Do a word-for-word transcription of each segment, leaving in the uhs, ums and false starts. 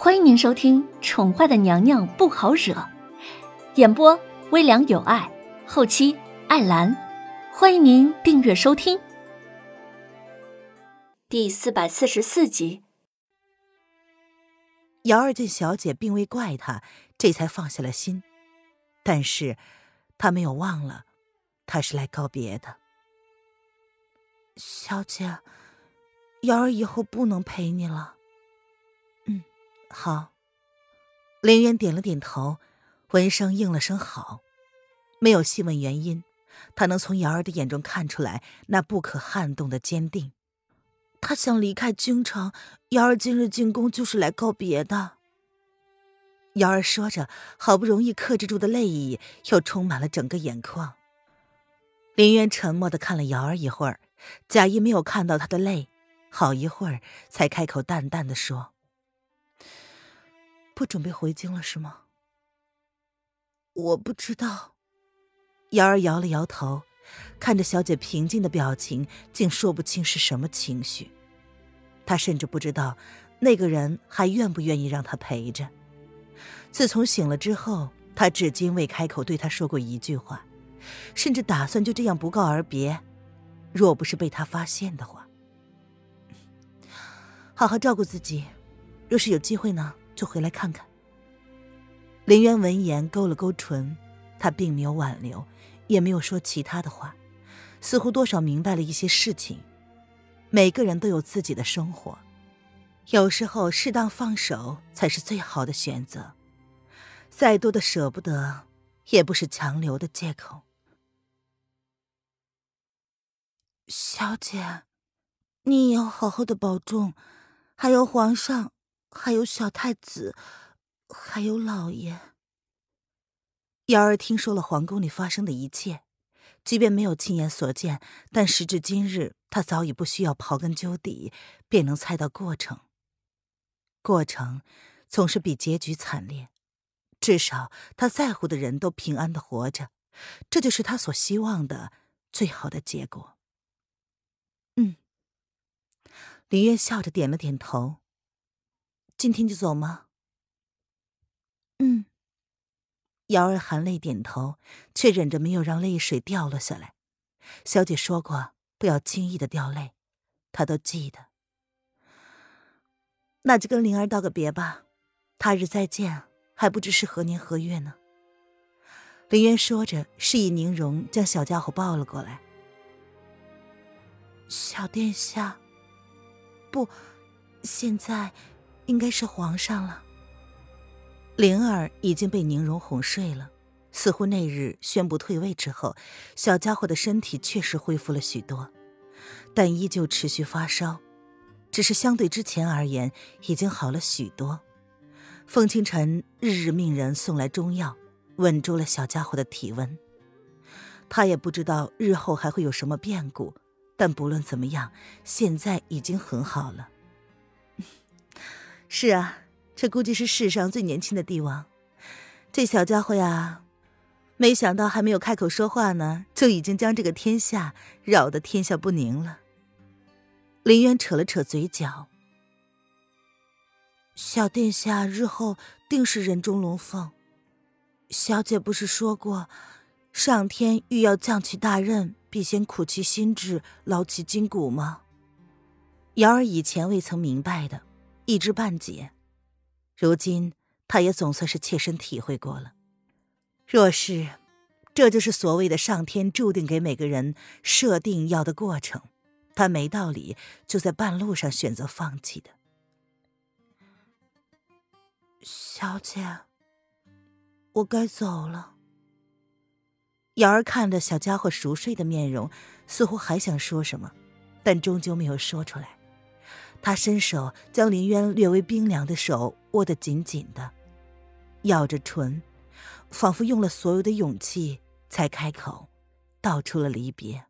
欢迎您收听《宠坏的娘娘不好惹》，演播微凉有爱，后期艾兰。欢迎您订阅收听。第四百四十四集。 姚二见小姐并未怪他，这才放下了心。但是他没有忘了，他是来告别的。小姐，瑶儿以后不能陪你了。嗯，好。林渊点了点头，闻声应了声好，没有细问原因，他能从瑶儿的眼中看出来那不可撼动的坚定。他想离开京城，瑶儿今日进宫就是来告别的。瑶儿说着，好不容易克制住的泪意又充满了整个眼眶。林渊沉默地看了瑶儿一会儿，假意没有看到她的泪，好一会儿才开口淡淡地说：不准备回京了是吗？我不知道。瑶儿摇了摇头，看着小姐平静的表情，竟说不清是什么情绪。她甚至不知道那个人还愿不愿意让她陪着。自从醒了之后，她至今未开口对他说过一句话，甚至打算就这样不告而别，若不是被他发现的话。好好照顾自己，若是有机会呢，就回来看看。林渊闻言勾了勾唇，他并没有挽留，也没有说其他的话，似乎多少明白了一些事情。每个人都有自己的生活，有时候适当放手才是最好的选择，再多的舍不得也不是强留的借口。小姐，你也要好好的保重，还有皇上，还有小太子，还有老爷。瑶儿听说了皇宫里发生的一切，即便没有亲眼所见，但时至今日，她早已不需要刨根究底，便能猜到过程。过程总是比结局惨烈，至少她在乎的人都平安的活着，这就是她所希望的最好的结果。嗯。林渊笑着点了点头。今天就走吗？嗯。瑶儿含泪点头，却忍着没有让泪水掉落下来。小姐说过不要轻易的掉泪，她都记得。那就跟灵儿道个别吧，他日再见，还不知是何年何月呢。林渊说着，示意宁荣将小家伙抱了过来。小殿下，不，现在应该是皇上了。灵儿已经被宁荣哄睡了，似乎那日宣布退位之后，小家伙的身体确实恢复了许多，但依旧持续发烧，只是相对之前而言已经好了许多。凤清晨日日命人送来中药，稳住了小家伙的体温。他也不知道日后还会有什么变故，但不论怎么样，现在已经很好了。是啊，这估计是世上最年轻的帝王。这小家伙呀，没想到还没有开口说话呢，就已经将这个天下扰得天下不宁了。林渊扯了扯嘴角。小殿下日后定是人中龙凤。小姐不是说过，上天欲要降其大任，必先苦其心志，劳其筋骨吗？瑶儿以前未曾明白的，一知半解，如今她也总算是切身体会过了。若是这就是所谓的上天注定给每个人设定要的过程，她没道理就在半路上选择放弃的。小姐，我该走了。瑶儿看着小家伙熟睡的面容，似乎还想说什么，但终究没有说出来。他伸手将林渊略微冰凉的手握得紧紧的，咬着唇，仿佛用了所有的勇气才开口道出了离别。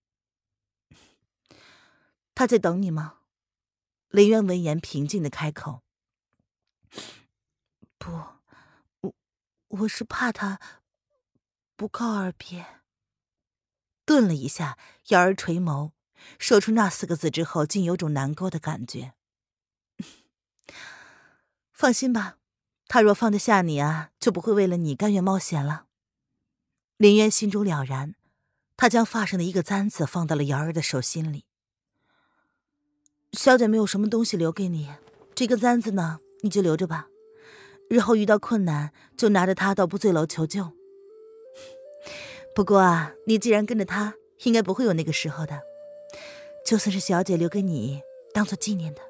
他在等你吗？林渊闻言平静地开口。不，我我是怕他不告而别。顿了一下，瑶儿垂眸，说出那四个字之后，竟有种难过的感觉。 放心吧，他若放得下你啊，就不会为了你甘愿冒险了。林渊心中了然，他将发上的一个簪子放到了瑶儿的手心里。小姐没有什么东西留给你，这个簪子呢，你就留着吧。日后遇到困难，就拿着它到不醉楼求救。不过啊，你既然跟着他，应该不会有那个时候的。就算是小姐留给你，当做纪念的。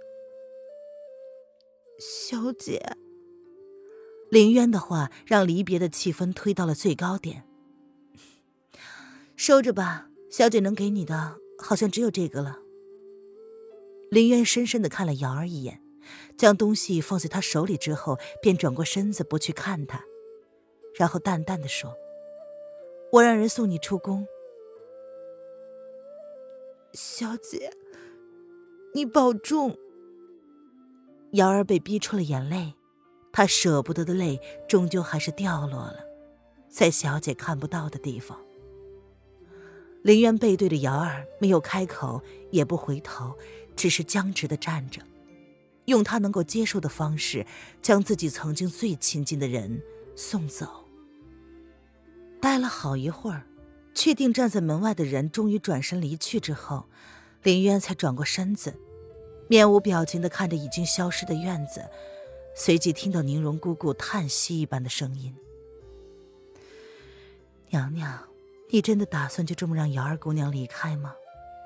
小姐，林渊的话让离别的气氛推到了最高点。收着吧，小姐能给你的，好像只有这个了。林渊深深地看了瑶儿一眼，将东西放在他手里之后，便转过身子不去看他，然后淡淡地说：“我让人送你出宫。”小姐，你保重。瑶儿被逼出了眼泪，她舍不得的泪终究还是掉落了，在小姐看不到的地方。林渊背对着瑶儿，没有开口，也不回头，只是僵直地站着，用他能够接受的方式，将自己曾经最亲近的人送走。待了好一会儿，确定站在门外的人终于转身离去之后，林渊才转过身子，面无表情地看着已经消失的院子，随即听到宁荣姑姑叹息一般的声音：“娘娘，你真的打算就这么让瑶儿姑娘离开吗？”“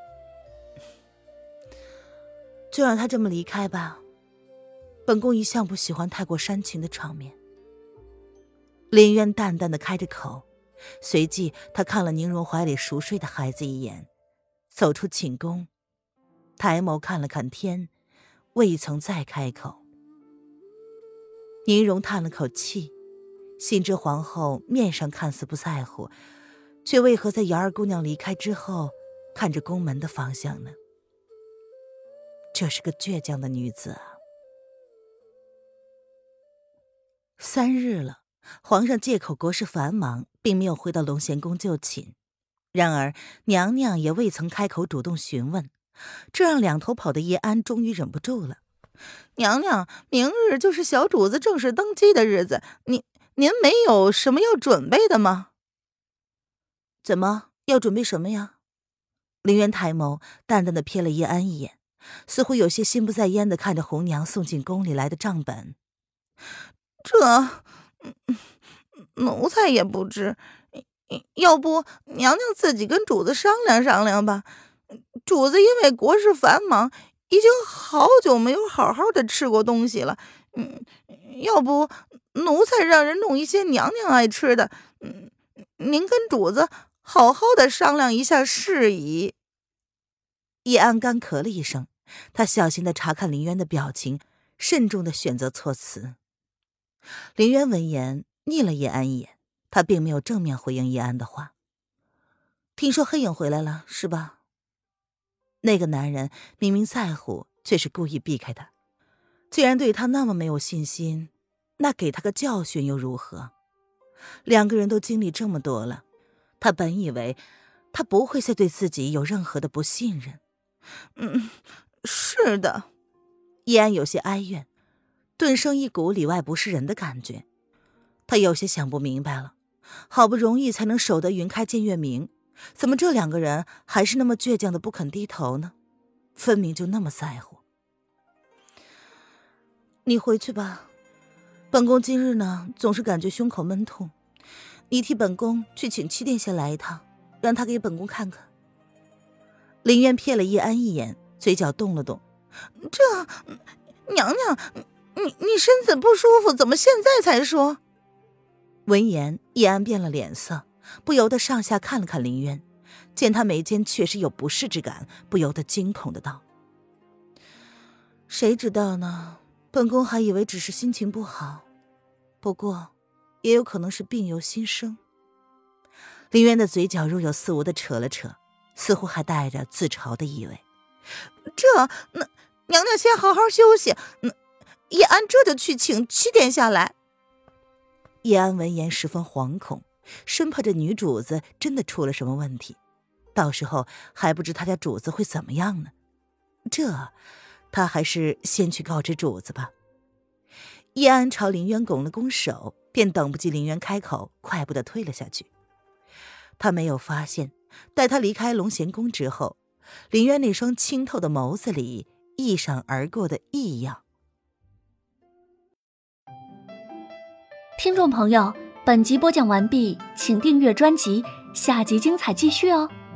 就让她这么离开吧，本宫一向不喜欢太过煽情的场面。”林渊淡淡地开着口，随即他看了宁荣怀里熟睡的孩子一眼，走出寝宫，抬眸看了看天，未曾再开口。宁荣叹了口气，心知皇后面上看似不在乎，却为何在瑶儿姑娘离开之后看着宫门的方向呢？这是个倔强的女子啊。三日了，皇上借口国事繁忙，并没有回到龙贤宫就寝。然而娘娘也未曾开口主动询问，这让两头跑的叶安终于忍不住了：“娘娘，明日就是小主子正式登基的日子，您您没有什么要准备的吗？”“怎么要准备什么呀？”林渊抬眸淡淡的瞥了叶安一眼，似乎有些心不在焉的看着红娘送进宫里来的账本。“这奴才也不知，要不娘娘自己跟主子商量商量吧。主子因为国事繁忙，已经好久没有好好的吃过东西了。嗯，要不奴才让人弄一些娘娘爱吃的，嗯，您跟主子好好的商量一下事宜。”叶安干咳了一声，他小心的查看林渊的表情，慎重的选择措辞。林渊闻言睨了叶安一眼，他并没有正面回应叶安的话。“听说黑影回来了，是吧？”那个男人明明在乎，却是故意避开他。既然对他那么没有信心，那给他个教训又如何？两个人都经历这么多了，他本以为他不会再对自己有任何的不信任。“嗯，是的。”叶安有些哀怨，顿生一股里外不是人的感觉。他有些想不明白了，好不容易才能守得云开见月明，怎么这两个人还是那么倔强的不肯低头呢？分明就那么在乎。“你回去吧，本宫今日呢总是感觉胸口闷痛，你替本宫去请七殿下来一趟，让他给本宫看看。”林渊瞥了叶安一眼，嘴角动了动。“这娘娘，你你身子不舒服，怎么现在才说？”闻言，叶安变了脸色，不由得上下看了看林渊，见他眉间确实有不适之感，不由得惊恐的道：“谁知道呢？本宫还以为只是心情不好，不过也有可能是病由心生。”林渊的嘴角若有似无的扯了扯，似乎还带着自嘲的意味。“这那娘娘先好好休息，那叶安这就去请七殿下来。”叶安闻言十分惶恐，生怕这女主子真的出了什么问题，到时候还不知他家主子会怎么样呢。这他还是先去告知主子吧。 叶安朝林渊拱了拱手，便等不及林渊开口，快步地退了下去。他没有发现，待他离开龙贤宫之后，林渊那双清透的眸子里一闪而过的异样。 听众朋友，本集播讲完毕，请订阅专辑，下集精彩继续哦。